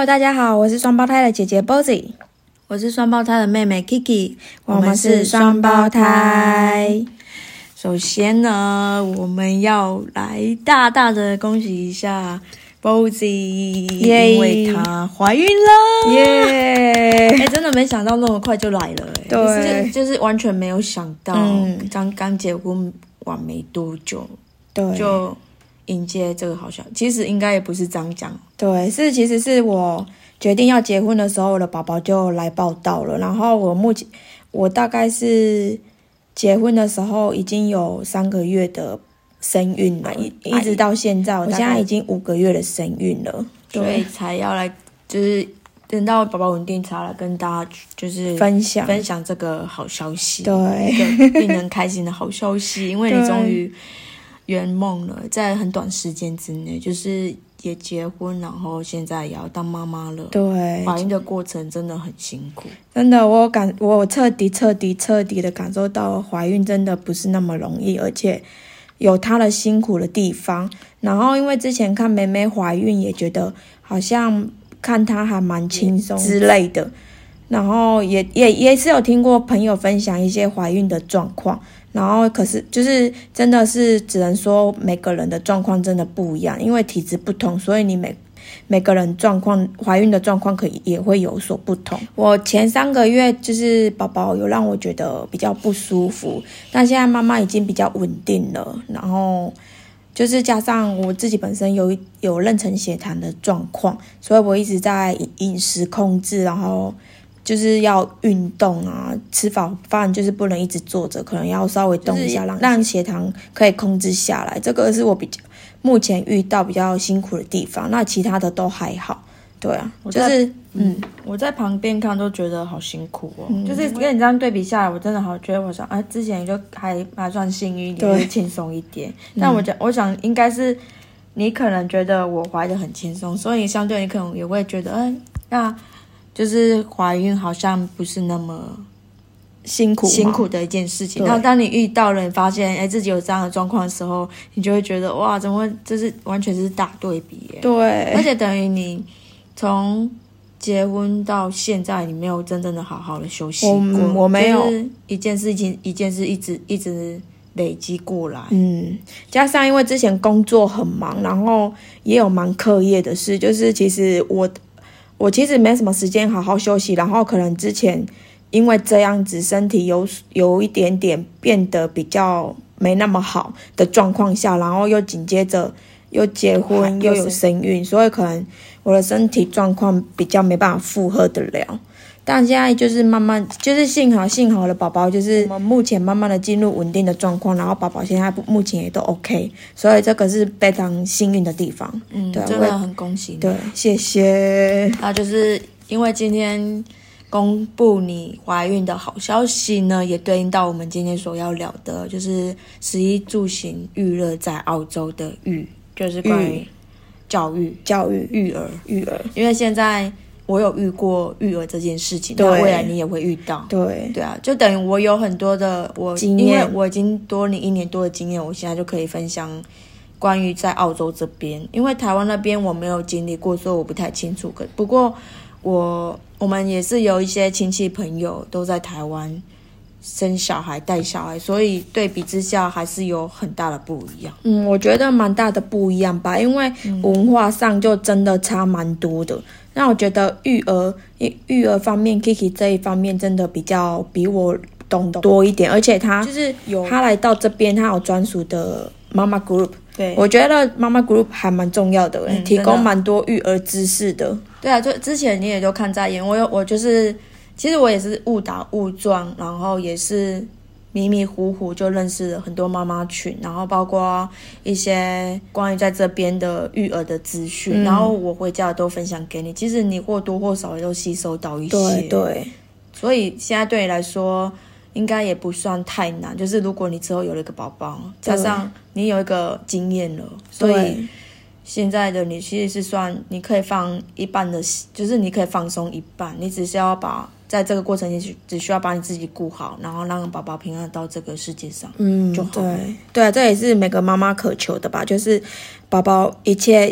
Hello， 大家好，我是双胞胎的姐姐 Bozy， 我是双胞胎的妹妹 Kiki， 我们是双胞胎。 首先呢，我们要来大大的恭喜一下 Bozy， 因为她怀孕了， 耶！ 真的没想到那么快就来了， 对， 就是完全没有想到，刚结婚完没多久， 对， 就迎接这个好消息。其实应该也不是这样讲， 对，其实是我决定要结婚的时候，我的宝宝就来报到了。然后我大概是结婚的时候已经有3个月的身孕了，一直到现在，我现在已经5个月的身孕了， 所以才要来，就是等到宝宝稳定才来跟大家就是分享这个好消息， 对， 一个令人开心的好消息，因为你终于圆梦了，在很短时间之内，就是也结婚，然后现在也要当妈妈了。 对， 怀孕的过程真的很辛苦， 真的，我彻底的感受到怀孕真的不是那么容易，而且有她的辛苦的地方。然后因为之前看妹妹怀孕，也觉得好像看她还蛮轻松之类的，然后也是有听过朋友分享一些怀孕的状况。然后可是就是真的是只能说每个人的状况真的不一样，因为体质不同，所以你每个人怀孕的状况也会有所不同。我前3个月就是宝宝有让我觉得比较不舒服，但现在妈妈已经比较稳定了，然后就是加上我自己本身有妊娠血痰的状况，所以我一直在饮食控制，然后就是要运动啊，吃饱饭就是不能一直坐着，可能要稍微动一下，让血糖可以控制下来。这个是我目前遇到比较辛苦的地方，那其他的都还好。对啊， 我在旁边看都觉得好辛苦哦，就是跟你这样对比下来，我真的好觉得我想之前就还算幸运一点，就是轻松一点。但我想应该是你可能觉得我怀得很轻松，所以相对你可能也会觉得那就是怀孕好像不是那么辛苦的一件事情。然后当你遇到了，你发现自己有这样的状况的时候，你就会觉得哇，怎么会？这是完全是大对比耶。 对， 而且等于你从结婚到现在，你没有真正的好好的休息过。 我没有， 就是一件事一直累积过来。 加上因为之前工作很忙，然后也有忙课业的事，就是其实我其实没什么时间好好休息，然后可能之前因为这样子身体有一点点变得比较没那么好的状况下，然后又紧接着又结婚又有身孕，所以可能我的身体状况比较没办法负荷得了。但现在就是慢慢，就是幸好了宝宝就是我们目前慢慢的进入稳定的状况，然后宝宝现在目前也都 OK， 所以这个是非常幸运的地方。 对，真的很恭喜你。 对，谢谢。 那就是因为今天公布你怀孕的好消息呢，也对应到我们今天所要聊的，就是食衣住行育乐在澳洲的育，就是关于教育育儿，因为现在我有遇过育儿这件事情，那未来你也会遇到。对啊，就等于我有很多的经验， 因为我已经多你1年多的经验，我现在就可以分享关于在澳洲这边，因为台湾那边我没有经历过，所以我不太清楚。不过我们也是有一些亲戚朋友都在台湾生小孩带小孩，所以对比之下还是有很大的不一样。 我觉得蛮大的不一样吧，因为文化上就真的差蛮多的。那我觉得育儿方面 Kiki 这一方面真的比我懂得多一点，而且他来到这边，他有专属的妈妈 group。对，我觉得妈妈 group 还蛮重要的，提供蛮多育儿知识的。 对啊，就之前你也就看在眼，我就是其实我也是误打误撞，然后也是迷迷糊糊就认识了很多妈妈群，然后包括一些关于在这边的育儿的资讯，然后我回家都分享给你，其实你或多或少都吸收到一些。 对， 所以现在对你来说应该也不算太难，就是如果你之后有了一个宝宝，加上你有一个经验了，所以现在的你其实是算你可以放一半的，就是你可以放松一半，你只是要在这个过程你只需要把你自己顾好，然后让宝宝平安到这个世界上就好了。 对啊，这也是每个妈妈渴求的吧，就是宝宝一切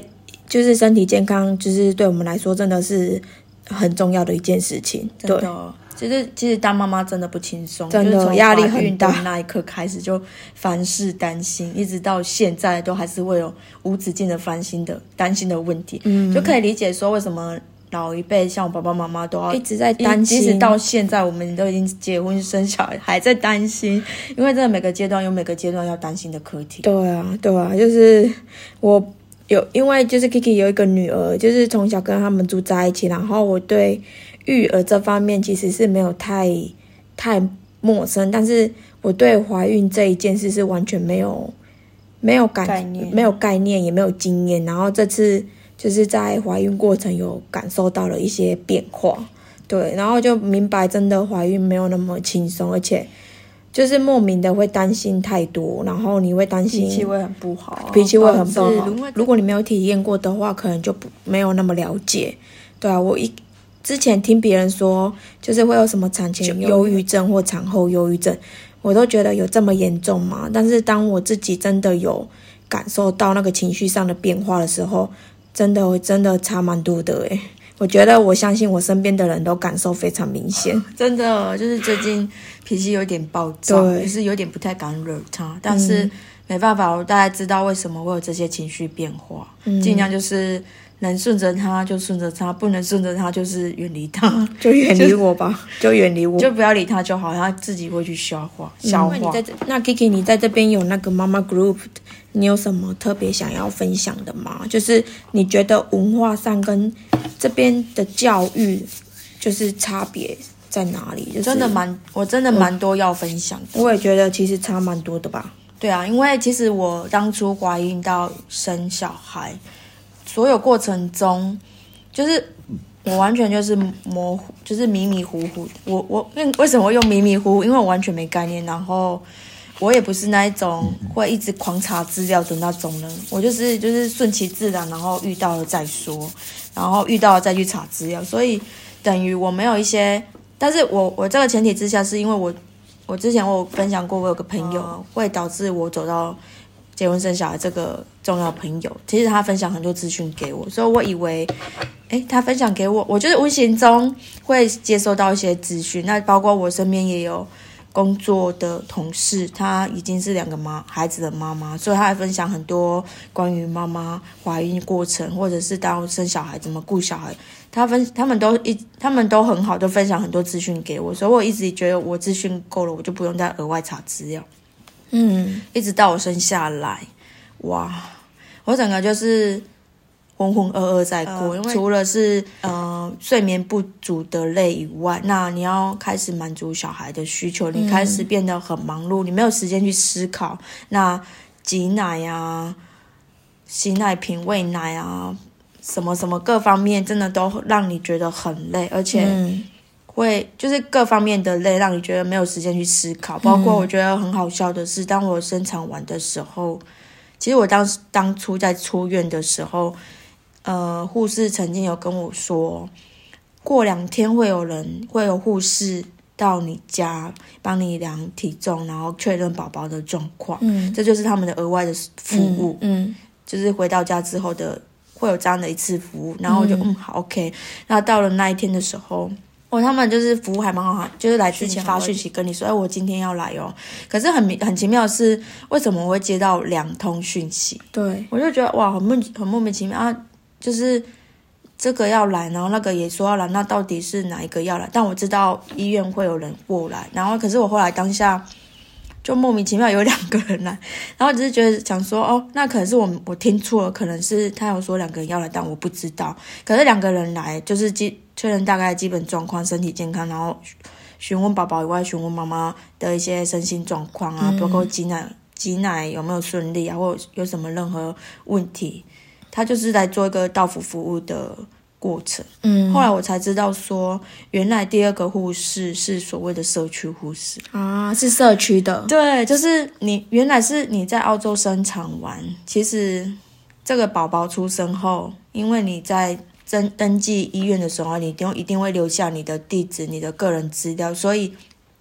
就是身体健康，就是对我们来说真的是很重要的一件事情。 真的，其实当妈妈真的不轻松， 真的就是从压力很大。 那一刻开始就凡事担心，一直到现在都还是会有无止境的担心的问题。就可以理解说为什么老一辈像我爸爸妈妈都要一直在担心， 即使到现在我们都已经结婚生小孩还在担心，因为真的每个阶段有每个阶段要担心的课题。 对啊，就是因为就是 Kiki 有一个女儿，就是从小跟他们住在一起，然后我对育儿这方面其实是没有太陌生，但是我对怀孕这一件事是完全没有概念，也没有经验，然后这次就是在怀孕过程有感受到了一些变化，对，然后就明白真的怀孕没有那么轻松，而且就是莫名的会担心太多，然后你会担心脾气会很不好， 如果你没有体验过的话，可能就没有那么了解。对啊，之前听别人说就是会有什么产前忧郁症或产后忧郁症，我都觉得有这么严重吗？但是当我自己真的有感受到那个情绪上的变化的时候，真的差蛮多的耶。我觉得我相信我身边的人都感受非常明显。 真的就是最近脾气有点暴躁，就是有点不太敢惹他，但是没办法，我大概知道为什么会有这些情绪变化，尽量就是能顺着他就顺着他，不能顺着他就是远离他， 就远离我吧，就远离我， 就不要理他就好，他自己会去消化。 那 Kiki 你在这边有那个妈妈 group， 你有什么特别想要分享的吗？就是你觉得文化上跟这边的教育就是差别在哪里？就是我真的蛮多要分享的。 我也觉得其实差蛮多的吧。 对啊，因为其实我当初怀孕到生小孩，所有过程中，就是我完全就是模糊，就是迷迷糊糊。我为什么会用迷迷糊糊？因为我完全没概念，然后我也不是那一种会一直狂查资料的那种人，我就是顺其自然，然后遇到了再说，然后遇到了再去查资料，所以等于我没有一些，但是我这个前提之下是因为我之前我有分享过，我有个朋友会导致我走到结婚生小孩这个重要朋友，其实他分享很多资讯给我，所以我以为他分享给我，我就是无形中会接收到一些资讯，那包括我身边也有工作的同事，她已经是2个孩子的妈妈，所以她还分享很多关于妈妈怀孕过程，或者是当生小孩怎么顾小孩，他们都很好，都分享很多资讯给我，所以我一直觉得我资讯够了，我就不用再额外查资料。一直到我生下来，哇，我整个就是浑浑噩噩在过，因为除了是睡眠不足的累以外，那你要开始满足小孩的需求，你开始变得很忙碌，你没有时间去思考，那挤奶啊、洗奶瓶、喂奶啊，什么什么各方面真的都让你觉得很累，而且会就是各方面的累，让你觉得没有时间去思考。包括我觉得很好笑的是，当我生产完的时候，其实我当初在出院的时候，护士曾经有跟我说，过2天会有护士到你家帮你量体重，然后确认宝宝的状况。这就是他们的额外的服务。就是回到家之后的会有这样的一次服务，然后我就好 OK。然后到了那一天的时候，他们就是服务还蛮好，就是来之前发讯息跟你说，我今天要来哦。可是很奇妙的是，为什么我会接到2通讯息？ 对， 我就觉得哇，很莫名其妙啊，就是这个要来，然后那个也说要来，那到底是哪一个要来？但我知道医院会有人过来，然后可是我后来当下就莫名其妙有2个人来，然后只是觉得想说那可能是我听错了，可能是他有说2个人要来，但我不知道。可是2个人来就是确认大概基本状况、身体健康，然后询问宝宝以外，询问妈妈的一些身心状况啊，包括挤奶有没有顺利啊，或有什么任何问题，他就是来做一个到府服务的过程。后来我才知道说，原来第2个护士是所谓的社区护士啊，是社区的。 对，就是原来是你在澳洲生产完，其实这个宝宝出生后，因为你在登记医院的时候，你一定会留下你的地址、你的个人资料，所以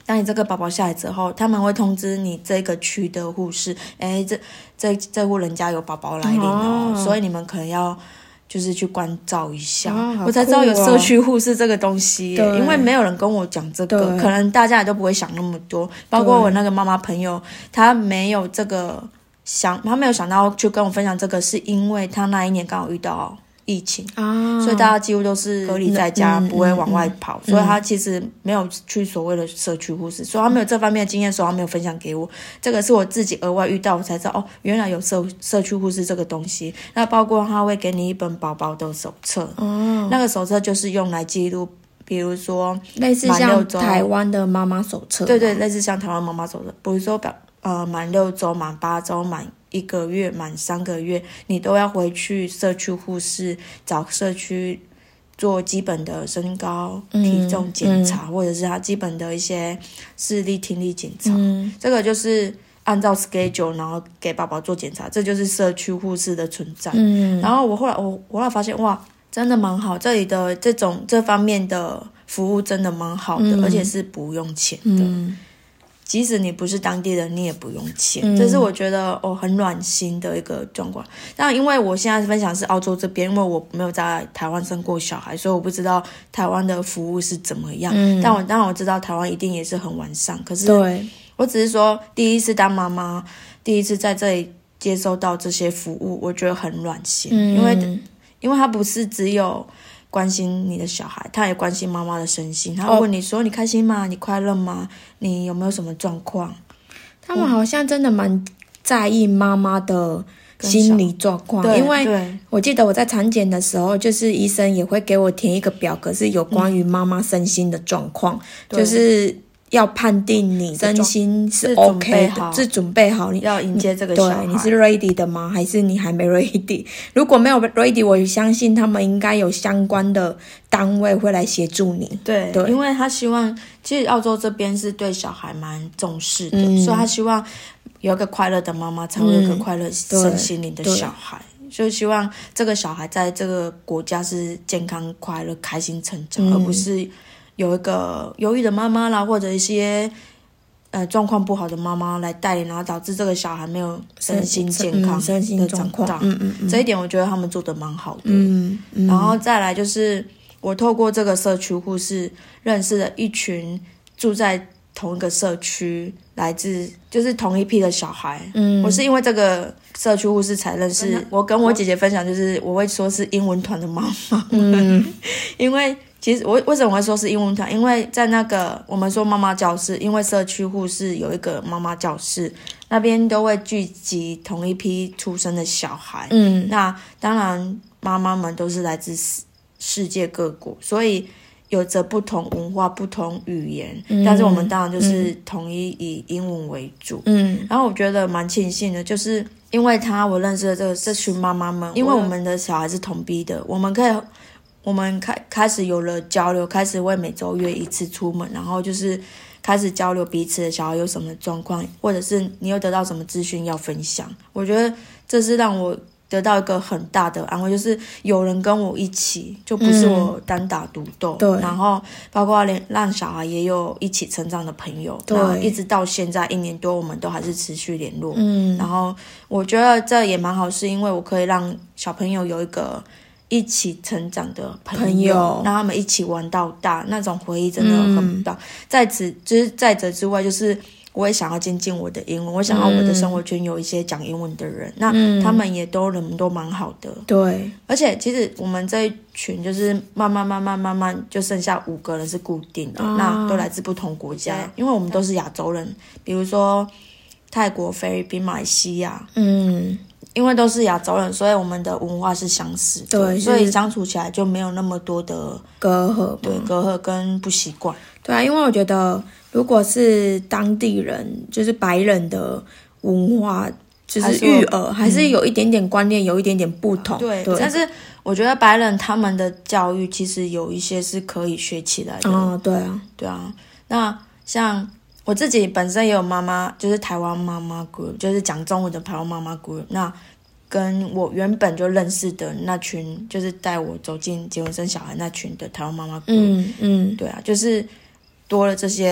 当你这个宝宝下来之后，他们会通知你这个区的护士，这户人家有宝宝来临所以你们可能要就是去关照一下。我才知道有社区护士这个东西因为没有人跟我讲这个，可能大家也都不会想那么多，包括我那个妈妈朋友，她没有她没有想到去跟我分享这个，是因为她那一年刚好遇到疫情所以大家几乎都是隔离在家，不会往外跑，所以他其实没有去所谓的社区护士，所以他没有这方面的经验，所以他没有分享给我。这个是我自己额外遇到，我才知道原来有社区护士这个东西。那包括他会给你一本宝宝的手册那个手册就是用来记录，比如说类似像台湾的妈妈手册， 对，类似像台湾妈妈手册，比如说满6周、满8周、满1个月、满3个月，你都要回去社区护士找社区做基本的身高、体重检查，或者是他基本的一些视力、听力检查。这个就是按照 schedule 然后给宝宝做检查，这就是社区护士的存在。然后我后来发现哇，真的蛮好，这里的这方面的服务真的蛮好的，而且是不用钱的。即使你不是当地人，你也不用钱，这是我觉得很暖心的一个状况。但因为我现在分享是澳洲这边，因为我没有在台湾生过小孩，所以我不知道台湾的服务是怎么样。但当然我知道台湾一定也是很完善，可是我只是说第一次当妈妈，第一次在这里接收到这些服务，我觉得很暖心。因为他不是只有关心你的小孩，他也关心妈妈的身心，他会问你说你开心吗？你快乐吗？你有没有什么状况？ 他们好像真的蛮在意妈妈的心理状况，因为我记得我在产检的时候，就是医生也会给我填一个表格，是有关于妈妈身心的状况，就是要判定你身心是 OK 的，是准备好你要迎接这个小孩， 对，你是 ready 的吗？还是你还没 ready？ 如果没有 ready， 我相信他们应该有相关的单位会来协助你。 对，因为他希望，其实澳洲这边是对小孩蛮重视的，所以他希望有一个快乐的妈妈才会有一个快乐身心灵的小孩。就希望这个小孩在这个国家是健康、快乐、开心成长，而不是有一个忧郁的妈妈啦，或者一些状况不好的妈妈来带领，然后导致这个小孩没有身心健康的长大。这一点我觉得他们做的蛮好的。然后再来就是我透过这个社区护士认识了一群住在同一个社区，来自就是同一批的小孩。我是因为这个社区护士才认识，我跟我姐姐分享，就是我会说是英文团的妈妈。因为其实我为什么会说是英文团？因为在那个我们说妈妈教室，因为社区护士有一个妈妈教室，那边都会聚集同一批出生的小孩。那当然妈妈们都是来自世界各国，所以有着不同文化、不同语言，但是我们当然就是统一以英文为主。然后我觉得蛮庆幸的，就是因为我认识了这群妈妈们，因为我们的小孩是同逼的，我们开始有了交流，开始会每周约一次出门，然后就是开始交流彼此的小孩有什么状况，或者是你有得到什么资讯要分享。我觉得这是让我得到一个很大的安慰，就是有人跟我一起，就不是我单打独斗。然后包括让小孩也有一起成长的朋友，那一直到现在1年多，我们都还是持续联络。然后我觉得这也蛮好，是因为我可以让小朋友有一个一起成长的朋友，让他们一起玩到大，那种回忆真的很棒。在这之外，就是我也想要精进我的英文，我想要我的生活圈有一些讲英文的人，那他们也人都蛮好的。 对， 而且其实我们这一群就是慢慢就剩下5个人是固定的，那都来自不同国家，因为我们都是亚洲人，比如说泰国、菲律宾、马来西亚。因为都是亚洲人，所以我们的文化是相似的，对，所以相处起来就没有那么多的隔阂， 对，隔阂跟不习惯。 对啊，因为我觉得如果是当地人，就是白人的文化，就是育儿还是有一点点观念，有一点点不同。 对，但是我觉得白人他们的教育其实有一些是可以学起来的。对啊。那像我自己本身也有妈妈，就是台湾妈妈 group， 就是讲中文的台湾妈妈 group。那跟我原本就认识的那群，就是带我走进结婚生小孩那群的台湾妈妈 group。对啊，就是多了这些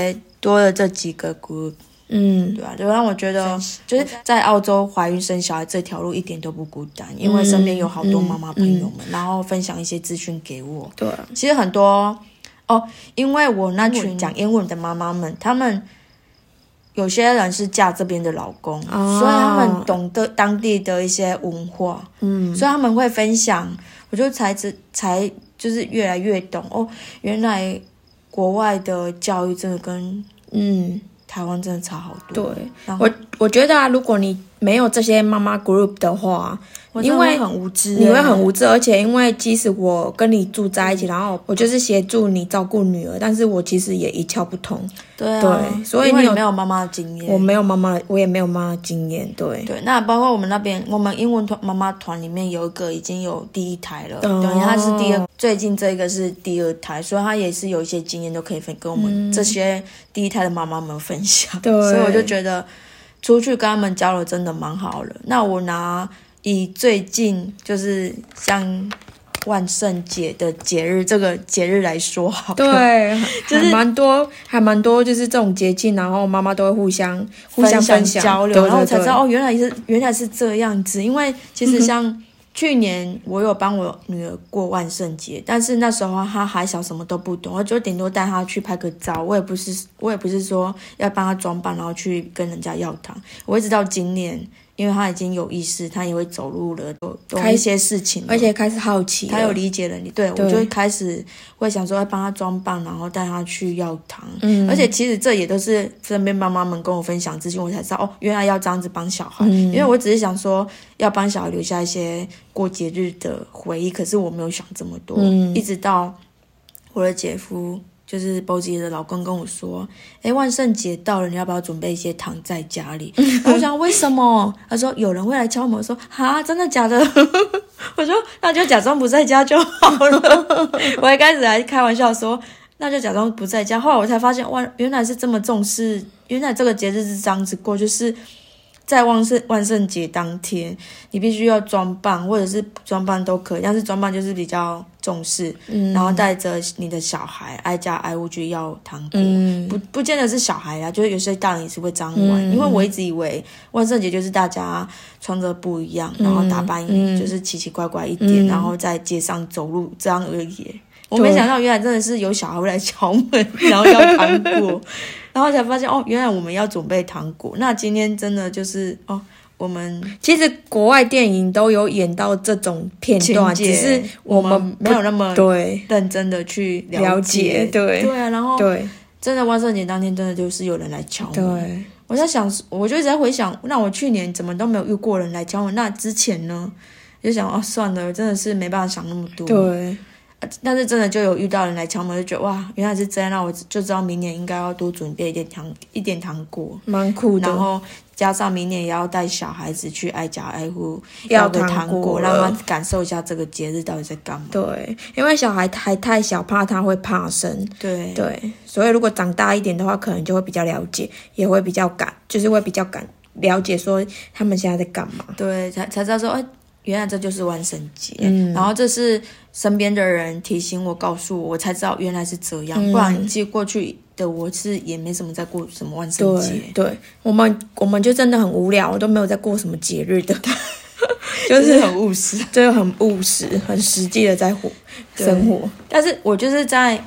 多了这几个 group。对啊，就让我觉得就是在澳洲怀孕生小孩这条路一点都不孤单，因为身边有好多妈妈朋友们，然后分享一些资讯给我。 对啊， 其实很多因为我那群讲英文的妈妈们，她们有些人是嫁这边的老公，所以他们懂得当地的一些文化，所以他们会分享，我就才就是越来越懂原来国外的教育真的跟台湾真的差好多。 对，我觉得如果你没有这些妈妈 group 的话， 因为很无知， 你会很无知，而且因为即使我跟你住在一起，然后我就是协助你照顾女儿，但是我其实也一窍不通。 对， 所以你没有妈妈的经验， 我没有妈妈，我也没有妈妈的经验。对， 那包括我们那边，我们英文妈妈团里面有一个已经有第1胎了，等于他是第2，最近这个是第2胎，所以他也是有一些经验都可以跟我们这些第1胎的妈妈们分享。 对， 所以我就觉得出去跟他们交流真的蛮好的。那我以最近就是像万圣节的这个节日来说好了， 对，就是还蛮多，就是这种节庆，然后妈妈都会互相分享交流，然后我才知道原来是这样子。因为其实像去年我有帮我女儿过万圣节，但是那时候她还小，什么都不懂，我就顶多带她去拍个照，我也不是说要帮她装扮然后去跟人家要糖。我一直到今年，因为他已经有意识，他也会走路了，懂一些事情了， 而且开始好奇了， 他有理解了你。对，我就会开始会想说要帮他装扮，然后带他去要糖。而且其实这也都是身边妈妈们跟我分享资讯，我才知道原来要这样子帮小孩。因为我只是想说要帮小孩留下一些过节日的回忆，可是我没有想这么多。一直到我的姐夫，就是波吉的老公跟我说，万圣节到了，你要不要准备一些糖在家里？我想为什么？他说有人会来敲门。我说哈，真的假的？我说那就假装不在家就好了。我一开始还开玩笑说那就假装不在家，后来我才发现哇，原来是这么重视，原来这个节日是这样子过，就是在万圣节当天，你必须要装扮，或者是不装扮都可以，但是装扮就是比较重视，然后带着你的小孩挨家挨户去要糖果，不见得是小孩啦，就是有些大人也是会这样玩，因为我一直以为万圣节就是大家穿着不一样，然后打扮就是奇奇怪怪一点，然后在街上走路这样而已。我没想到原来真的是有小孩会来敲门，然后要糖果，然后才发现原来我们要准备糖果。那今天真的就是我们其实国外电影都有演到这种片段，只是我们没有那么认真的去了解。对啊，然后真的万圣节当天真的就是有人来敲门。对，我在想，我就一直在回想，那我去年怎么都没有遇过人来敲门，那之前呢就想算了，真的是没办法想那么多。对。但是真的就有遇到人来敲门，就觉得哇，原来是这样，那我就知道明年应该要多准备一点糖果， 蛮酷的。 然后加上明年也要带小孩子去挨家挨户要个糖果，让他感受一下这个节日到底在干嘛。 对，因为小孩还太小，怕他会怕生。对，所以如果长大一点的话，可能就会比较了解，也会比较就是会比较了解说他们现在在干嘛。 对，才知道说原来这就是万圣节，然后这是身边的人提醒我告诉我才知道原来是这样，不然其实过去的我是也没什么在过什么万圣节。 对，我们就真的很无聊，都没有在过什么节日的， 就是很务实， 对，很务实，很实际的在生活。 但是我就是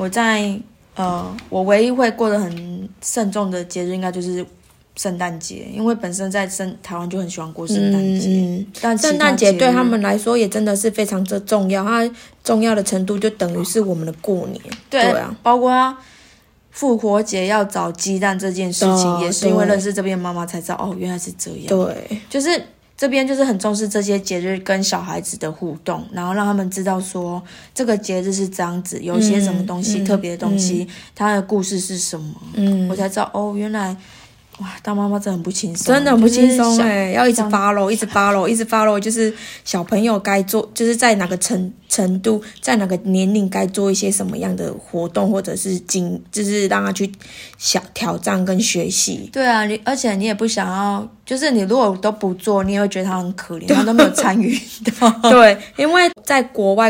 我唯一会过得很慎重的节日，应该就是圣诞节，因为本身在台湾就很喜欢过圣诞节，但圣诞节对他们来说也真的是非常的重要，它重要的程度就等于是我们的过年。对啊， 包括复活节要找鸡蛋这件事情，也是因为认识这边妈妈才知道原来是这样。对，就是这边就是很重视这些节日跟小孩子的互动，然后让他们知道说这个节日是这样子，有些什么东西特别的东西，它的故事是什么，我才知道原来哇，当妈妈真的很不轻松， 真的很不轻松要一直 follow， 一直 follow， 一直 follow， 就是小朋友该做，就是在哪个程度，在哪个年龄该做一些什么样的活动，或者是就是让他去挑战跟学习。 对啊，而且你也不想要，就是你如果都不做，你也会觉得他很可怜，他都没有参与到。 对，因为在国外跟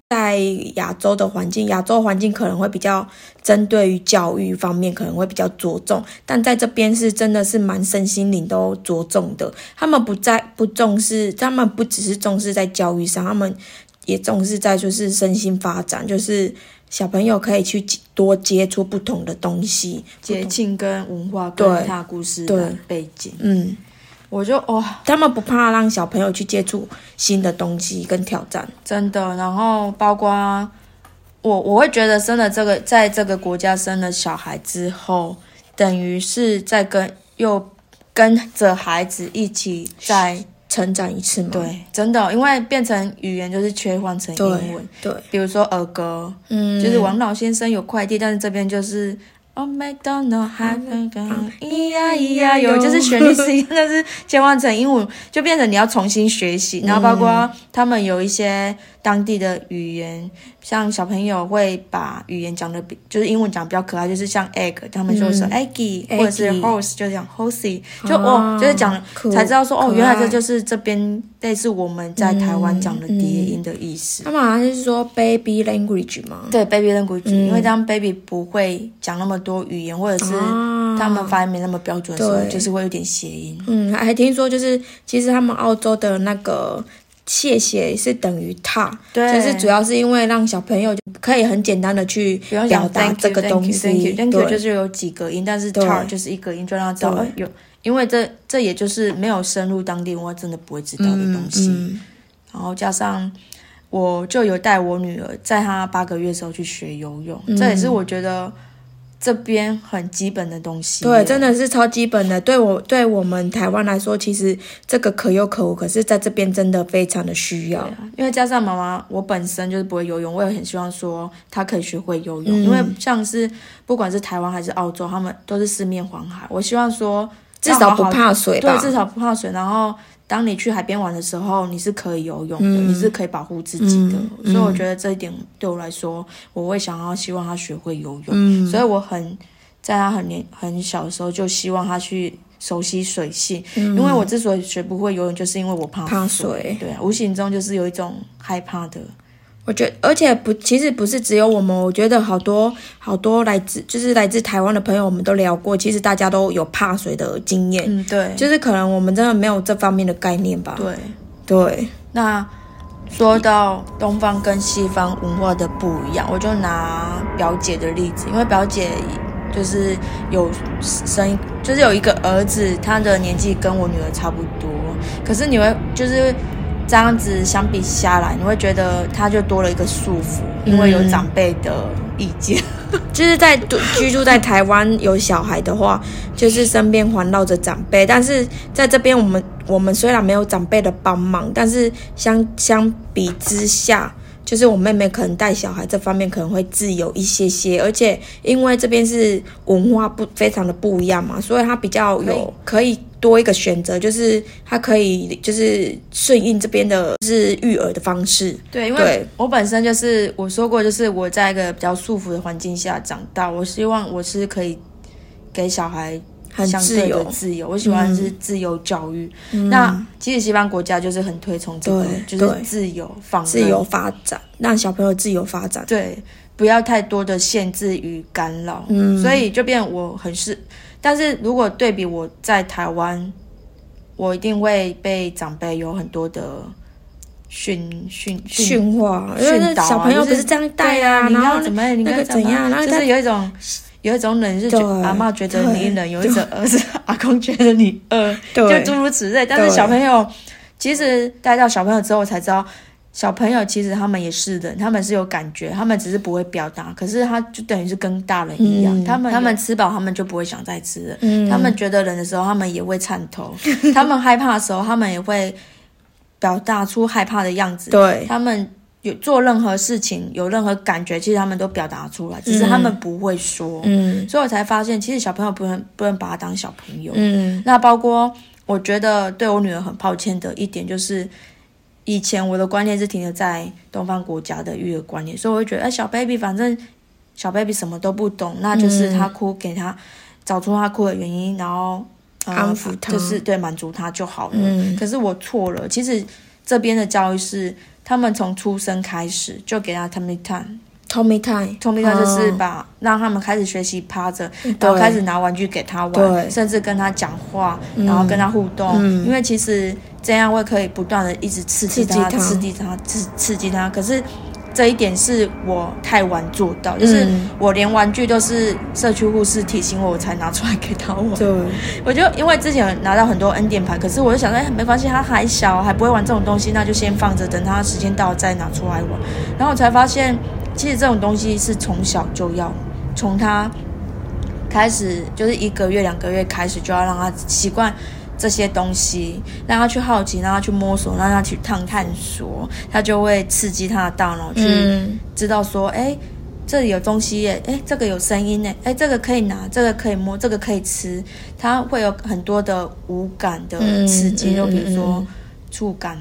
在亚洲的环境，亚洲环境可能会比较针对于教育方面可能会比较着重，但在这边是真的是蛮身心灵都着重的。他们不重视，他们不只是重视在教育上，他们也重视在就是身心发展，就是小朋友可以去多接触不同的东西， 节庆跟文化跟他故事的背景。我就他们不怕让小朋友去接触新的东西跟挑战， 真的。然后包括我会觉得在这个国家生了小孩之后，等于是在又跟着孩子一起在成长一次嘛。 对，真的，因为变成语言就是切换成英文。 对， 比如说儿歌，就是王老先生有快递，但是这边就是McDonald 咿呀咿呀有，就是旋律是一样，但是切换成英文就变成你要重新学习。然后包括他们有一些当地的语言，像小朋友会把语言讲的就是英文讲比较可爱，就是像 egg 他们就说 eggy，或者是 horse 就讲 horsey， 就是讲才知道说原来这就是这边类似我们在台湾讲的叠音的意思。 他们好像是说 baby language 吗？ 对 baby language，因为当 baby 不会讲那么多语言，或者是他们发音没那么标准的时候，就是会有点谐音。 还听说就是其实他们澳洲的那个谢谢是等于他，就是主要是因为让小朋友可以很简单的去表达这个东西。 Thank you 就是有几个音，但是 tar 就是一个音，就让他知道有，因为这也就是没有深入当地文化真的不会知道的东西。然后加上我就有带我女儿在她8个月的时候去学游泳，这也是我觉得这边很基本的东西。 对，真的是超基本的。对我们台湾来说，其实这个可有可无，可是在这边真的非常的需要。 因为加上妈妈我本身就是不会游泳，我也很希望说她可以学会游泳。因为像是不管是台湾还是澳洲，他们都是四面环海，我希望说至少不怕水吧。 对，至少不怕水。然后当你去海边玩的时候，你是可以游泳的，你是可以保护自己的。所以我觉得这一点对我来说，我会希望他学会游泳。所以我在他很小的时候就希望他去熟悉水性。因为我之所以学不会游泳，就是因为我怕水。对啊，无形中就是有一种害怕的。 我觉得，而且其实不是只有我们，我觉得好多来自台湾的朋友，我们都聊过，其实大家都有怕水的经验。 对， 就是可能我们真的没有这方面的概念吧。对。 那说到东方跟西方文化的不一样，我就拿表姐的例子，因为表姐就是就是有一个儿子，他的年纪跟我女儿差不多，可是你会就是这样子相比下来，你会觉得他就多了一个束缚，因为有长辈的意见。 就是在居住在台湾有小孩的话，就是身边环绕着长辈，但是在这边我们虽然没有长辈的帮忙，但是相比之下，就是我妹妹可能带小孩这方面可能会自由一些，而且因为这边是文化非常的不一样嘛，所以她比较可以多一个选择，就是她可以就是顺应这边的就是育儿的方式。 对，因为我本身就是我说过，就是我在一个比较束缚的环境下长大，我希望我是可以给小孩相对的自由，我喜欢是自由教育。那其实西方国家就是很推崇这个，就是自由发展，让小朋友自由发展。 对，不要太多的限制与干扰。所以就变我但是如果对比我在台湾，我一定会被长辈有很多的训话，训导啊，小朋友不是这样带啊， 然后怎么样，你该怎样， 然后就是有一种人是阿嬷觉得你冷，有一种儿子阿公觉得你饿，就诸如此类。但是小朋友其实带到小朋友之后才知道，小朋友其实他们也是人，他们是有感觉，他们只是不会表达，可是他就等于是跟大人一样，他们吃饱他们就不会想再吃了，他们觉得冷的时候他们也会颤抖，他们害怕的时候他们也会表达出害怕的样子。 对， 他们有做任何事情有任何感觉，其实他们都表达出来，只是他们不会说。所以我才发现其实小朋友不能把他当小朋友。那包括我觉得对我女儿很抱歉的一点，就是以前我的观念是停留在东方国家的育儿观念，所以我会觉得小 baby 反正小 baby 什么都不懂，那就是他哭给他找出他哭的原因，然后安抚他， 就是对满足他就好了。可是我错了，其实这边的教育是他们从出生开始就给他 tummy time。Tommy time 就是让他们开始学习趴着，然后开始拿玩具给他玩，甚至跟他讲话，然后跟他互动。因为其实这样会可以不断的一直刺激他。可是这一点是我太晚做到，就是我连玩具都是社区护士提醒我才拿出来给他玩。 对， 我就因为之前有拿到很多恩典牌，可是我就想说，没关系，他还小，还不会玩这种东西，那就先放着，等他时间到了再拿出来玩。然后我才发现，其实这种东西是从小就要，从他开始就是1个月、2个月开始就要让他习惯这些东西，让他去好奇，让他去摸索，让他去探索，他就会刺激他的大脑去知道说，这里有东西耶，这个有声音耶，这个可以拿，这个可以摸，这个可以吃，他会有很多的五感的刺激，就比如说触感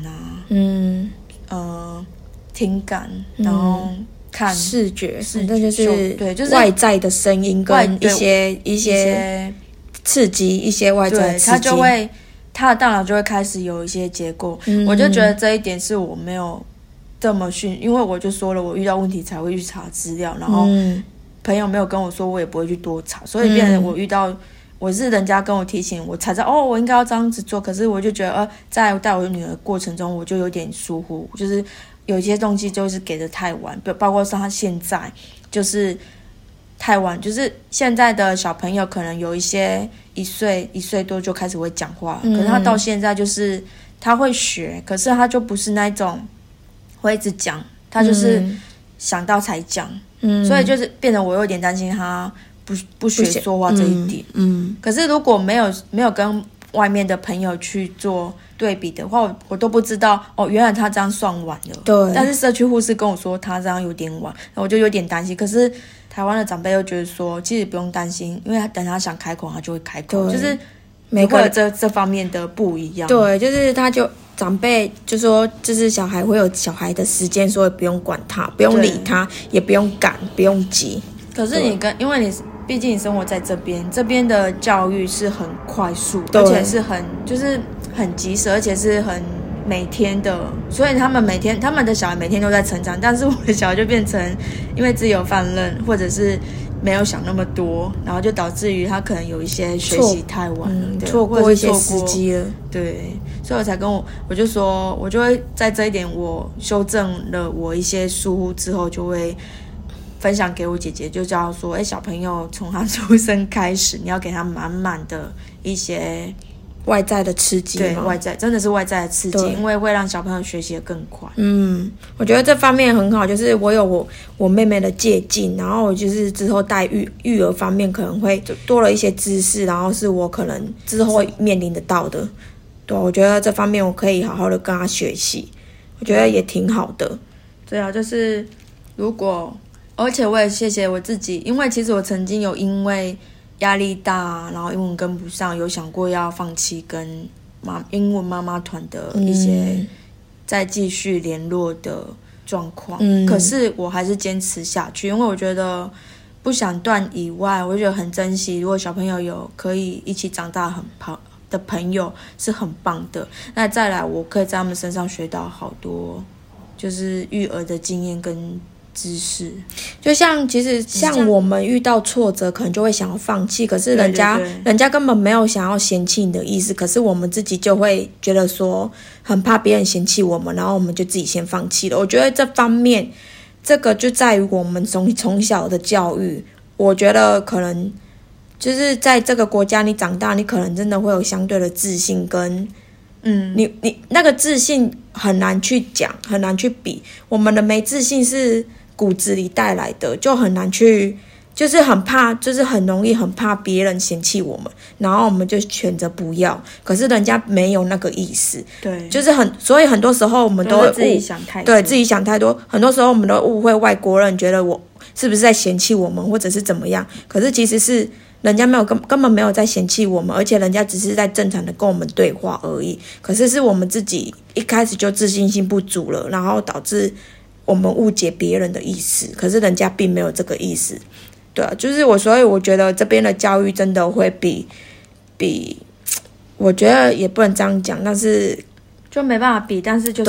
啊，听感，然后看视觉，那就是对，就是外在的声音跟一些刺激，一些外在的刺激， 他的大脑就会开始有一些结构。我就觉得这一点是我没有这么因为我就说了，我遇到问题才会去查资料，然后朋友没有跟我说，我也不会去多查，所以变成我遇到我是人家跟我提醒，我才知道我应该要这样子做。可是我就觉得在带我女儿的过程中，我就有点疏忽，就是有一些东西就是给的太晚，包括像他现在就是太晚，就是现在的小朋友可能有一些1岁多就开始会讲话，可是他到现在就是他会学，可是他就不是那种会一直讲，他就是想到才讲，所以就是变成我有点担心他不学说话这一点。可是如果没有跟外面的朋友去做对比的话，我都不知道原来他这样算晚了。 对， 但是社区护士跟我说他这样有点晚，我就有点担心。可是台湾的长辈又觉得说，其实不用担心，因为等他想开口，他就会开口，就是每个这方面的不一样。 对，就是长辈就说，就是小孩会有小孩的时间，所以不用管他，不用理他，也不用赶，不用急。 可是因为你毕竟你生活在这边的教育是很快速，而且是就是很及时，而且是很每天的，所以他们的小孩每天都在成长，但是我的小孩就变成因为自由放任，或者是没有想那么多，然后就导致于他可能有一些学习太晚了， 错过一些时机了。 对，所以我才我就说，我就会在这一点我修正了我一些疏忽之后，就会分享给我姐姐，就叫说，小朋友从他出生开始，你要给他满满的一些外在的刺激， 对，真的是外在的刺激，因为会让小朋友学习得更快。 我觉得这方面很好，就是我有我妹妹的借鉴，然后我就是之后带育儿方面可能会多了一些知识，然后是我可能之后会面临得到的。对，我觉得这方面我可以好好的跟她学习，我觉得也挺好的。 对啊，就是而且我也谢谢我自己，因为其实我曾经有因为压力大，然后英文跟不上，有想过要放弃跟英文妈妈团的一些再继续联络的状况。可是我还是坚持下去，因为我觉得不想断以外，我就觉得很珍惜，如果小朋友有可以一起长大的朋友是很棒的。那再来我可以在他们身上学到好多就是育儿的经验跟知识， 就其实像我们遇到挫折可能就会想要放弃，可是人家根本没有想要嫌弃你的意思，可是我们自己就会觉得说很怕别人嫌弃我们，然后我们就自己先放弃了。我觉得这方面这个就在于我们从小的教育，我觉得可能就是在这个国家你长大，你可能真的会有相对的自信跟你那个自信很难去讲，很难去比。我们的没自信是骨子里带来的，就很难去，就是很怕，就是很容易很怕别人嫌弃我们，然后我们就选择不要。可是人家没有那个意思， 对， 就是所以很多时候我们都会自己想太多， 对自己想太多。很多时候我们都误会外国人，觉得我是不是在嫌弃我们，或者是怎么样？可是其实是人家根本没有在嫌弃我们，而且人家只是在正常的跟我们对话而已。可是是我们自己一开始就自信心不足了，然后导致我们误解别人的意思，可是人家并没有这个意思。对啊，就是所以我觉得这边的教育真的会比我觉得也不能这样讲，但是就没办法比，但是就是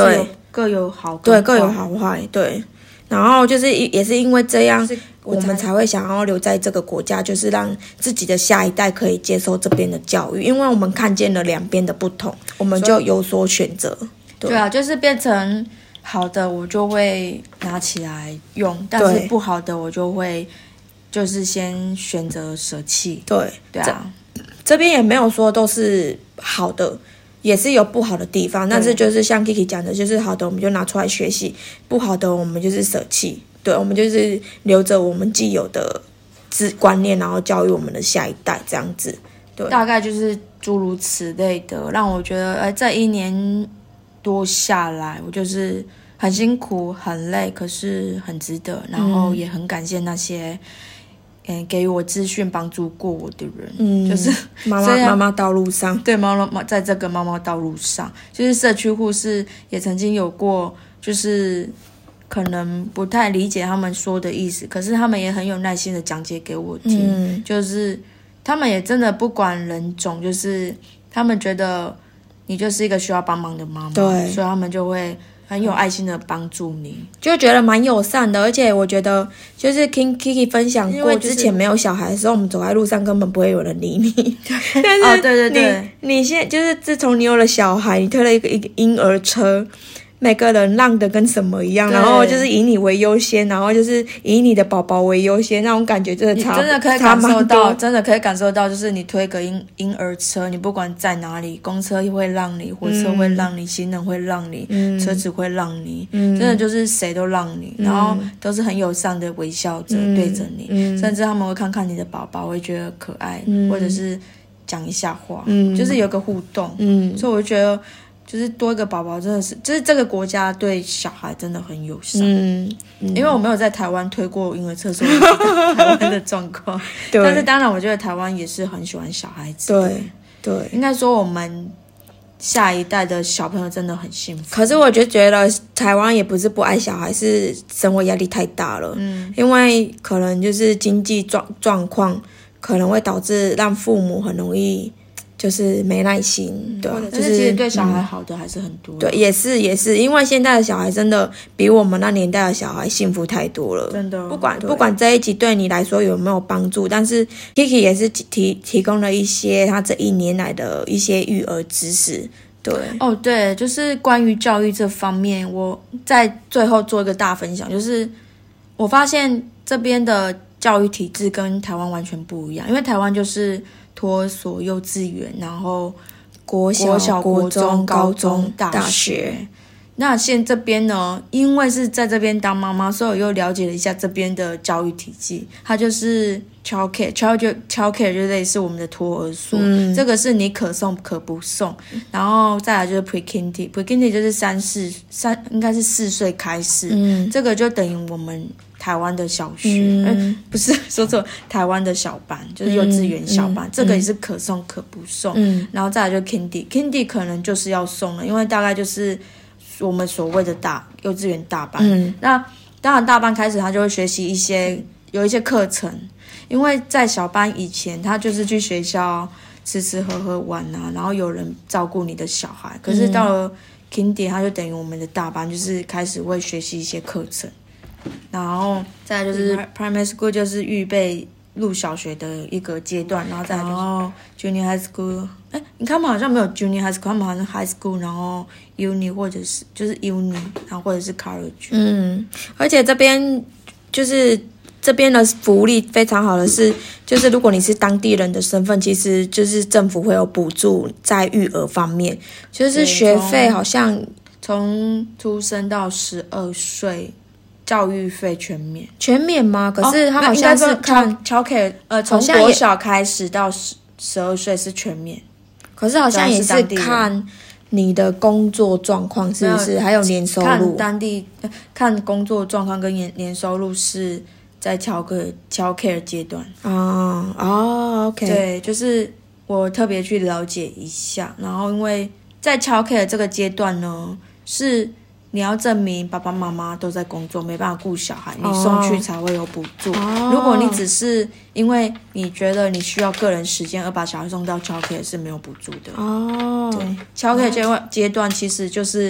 各有好对，各有好坏，对。然后就是也是因为这样，我们才会想要留在这个国家，就是让自己的下一代可以接受这边的教育，因为我们看见了两边的不同，我们就有所选择。 对啊，就是变成好的我就会拿起来用，但是不好的我就会就是先选择舍弃。 对啊， 这边也没有说都是好的。也是有不好的地方，但是就是像 Kiki 讲的，就是好的我们就拿出来学习，不好的我们就是舍弃。对，我们就是留着我们既有的观念，然后教育我们的下一代，这样子。对， 大概就是诸如此类的，让我觉得，这1年多下来，我就是很辛苦、很累，可是很值得，然后也很感谢那些。给予我资讯帮助过我的人，就是妈妈道路上， 对在这个妈妈道路上，就是社区护士也曾经有过，就是可能不太理解他们说的意思，可是他们也很有耐心的讲解给我听，就是他们也真的不管人种，就是他们觉得你就是一个需要帮忙的妈妈，对，所以他们就会很有爱心的帮助你， 就觉得蛮友善的。而且我觉得就是 Kiki 分享过，之前没有小孩的时候，我们走在路上根本不会有人理你。但是对，你现在就是自从你有了小孩，你推了一个婴儿车，每个人让的跟什么一样，然后就是以你为优先，然后就是以你的宝宝为优先，那种感觉真的真的可以感受到，真的可以感受到，就是你推个婴儿车，你不管在哪里，公车会让你，火车会让你，行人会让你，车子会让你，真的就是谁都让你，然后都是很友善的微笑着对着你，甚至他们会看看你的宝宝，会觉得可爱，或者是讲一下话，就是有个互动，所以我觉得。就是多一个宝宝真的是，就是这个国家对小孩真的很友善。因为我没有在台湾推过婴儿车，所以我不知道台湾的状况。但是当然，我觉得台湾也是很喜欢小孩子。 对， 应该说我们下一代的小朋友真的很幸福。 可是我就觉得台湾也不是不爱小孩，是生活压力太大了。因为可能就是经济状况可能会导致让父母很容易。就是没耐心，对， 就是其实对小孩好的还是很多。 对，也是，因为现在的小孩真的比我们那年代的小孩幸福太多了。 真的， 不管这一集对你来说有没有帮助，但是 Kiki 也是提供了一些他这1年来的一些育儿知识。对， 对，就是关于教育这方面，我在最后做一个大分享，就是我发现这边的教育体制跟台湾完全不一样，因为台湾就是托儿所、幼稚园，然后国小、国中、高中、大学。那现在这边呢，因为是在这边当妈妈，所以我又了解了一下这边的教育体系。它就是 childcare 就类似我们的托儿所，这个是你可送可不送。然后再来就是 pre-kindy 就是应该是4岁开始，这个就等于我们台湾的小学，不是说错，台湾的小班就是幼稚园小班，这个也是可送可不送。然后再来就 kindy 可能就是要送了，因为大概就是我们所谓的幼稚园大班。那当然大班开始他就会学习有一些课程，因为在小班以前他就是去学校吃吃喝喝玩啊，然后有人照顾你的小孩。可是到了 kindy 他就等于我们的大班，就是开始会学习一些课程。然后再来就是 primary school 就是预备入小学的一个阶段，然后再来就是junior high school。你看他们好像没有 junior high school， 他们好像 high school， 然后 uni 或者是就是 uni， 然后或者是 college。 而且这边的福利非常好的是，就是如果你是当地人的身份，其实就是政府会有补助在育儿方面，就是学费好像从出生到12岁。教育费全免吗？可是他好像是看 childcare， 从国小开始到12岁是全免， 可是好像也是看你的工作状况是不是，还有年收入。 看工作状况跟年收入是在childcare阶段。 OK。 对，就是我特别去了解一下，然后因为在 childcare 这个阶段呢是。你要证明爸爸妈妈都在工作，没办法顾小孩，你送去才会有补助。如果你只是因为你觉得你需要个人时间而把小孩送到 childcare 是没有补助的。对，childcare 阶段其实就是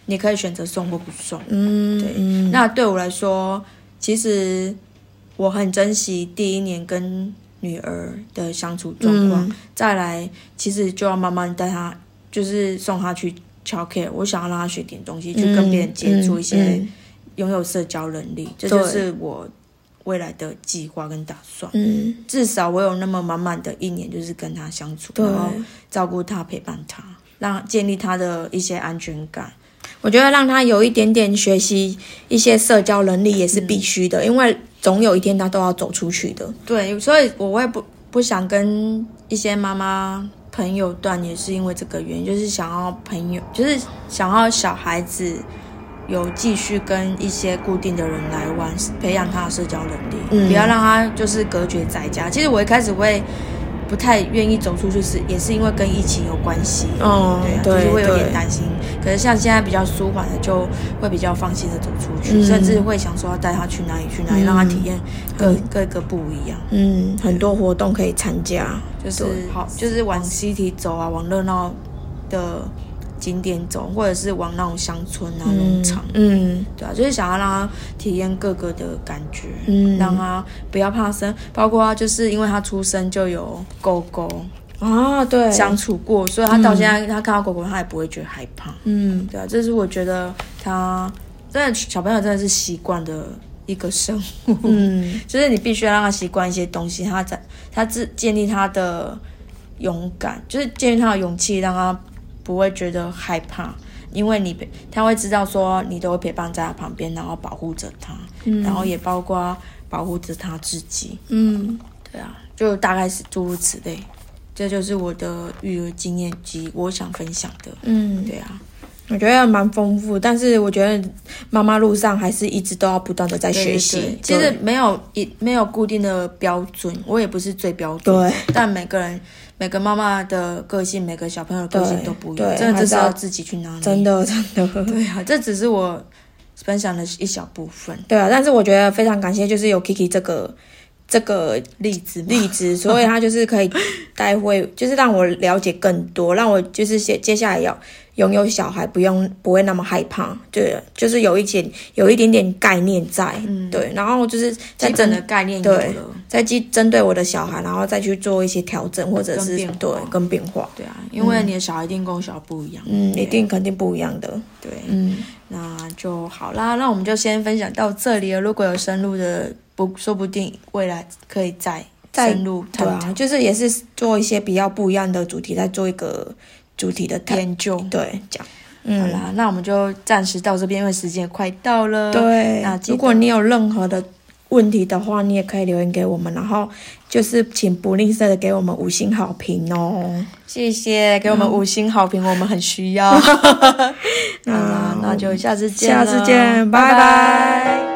你可以选择送或不送。对。那对我来说，其实我很珍惜第一年跟女儿的相处状况，再来其实就要慢慢带她，就是送她去childcare，我想要让她学点东西，去跟别人接触一些，拥有社交能力，这就是我未来的计划跟打算。至少我有那么满满的一年，就是跟她相处，然后照顾她，陪伴她，让建立她的一些安全感。 我觉得让她有一点点学习一些社交能力也是必须的，因为总有一天她都要走出去的。 对，所以我会不想跟一些妈妈朋友断，也是因为这个原因，就是想要就是想要小孩子有继续跟一些固定的人来玩，培养他的社交能力，不要让他就是隔绝在家。其实我一开始会不太愿意走出去，也是因为跟疫情有关系。就是会有点担心。可是像现在比较舒缓的，就会比较放心的走出去，甚至会想说要带他去哪里，让他体验各个不一样。 很多活动可以参加， 就是往西体走啊，往热闹的景点走，或者是往那种乡村啊、农场，对啊，就是想要让他体验各个的感觉，让他不要怕生，包括就是因为他出生就有狗狗啊，对， 相处过，所以他到现在他看到狗狗他也不会觉得害怕，对啊，这是我觉得他真的小朋友真的是习惯的一个生物，就是你必须要让他习惯一些东西，他建立他的勇敢，就是建立他的勇气，让他不会觉得害怕，因为他会知道说你都会陪伴在他旁边，然后保护着他，然后也包括保护着他自己。对啊，就大概是诸如此类，这就是我的育儿经验及我想分享的。对啊， 我觉得蛮丰富，但是我觉得妈妈路上还是一直都要不断的在学习。 对，其实没有固定的标准，我也不是最标准。 对， 但每个妈妈的个性，每个小朋友的个性都不一样，真的就是要自己去拿捏。 真的。 对啊，这只是我分享的一小部分。 对啊，但是我觉得非常感谢，就是有 Kiki 这个例子，所以他就是可以就是让我了解更多，让我就是接下来要拥有小孩不会那么害怕，对，就是有一点点概念在，对，然后就是基本的概念有了， 再针对我的小孩，然后再去做一些调整或者是跟变化， 对啊，因为你的小孩一定跟我小孩不一样， 一定肯定不一样的， 对，那就好啦，那我们就先分享到这里了。如果有深入的，说不定未来可以再深入探讨， 对啊，就是也是做一些比较不一样的主题，再做一个主题的研究， 对，讲。 好啦，那我们就暂时到这边，因为时间快到了。 对，那如果你有任何的问题的话，你也可以留言给我们，然后就是请不吝啬的给我们5星好评哦。 谢谢，给我们5星好评，我们很需要。那就下次见， 拜拜。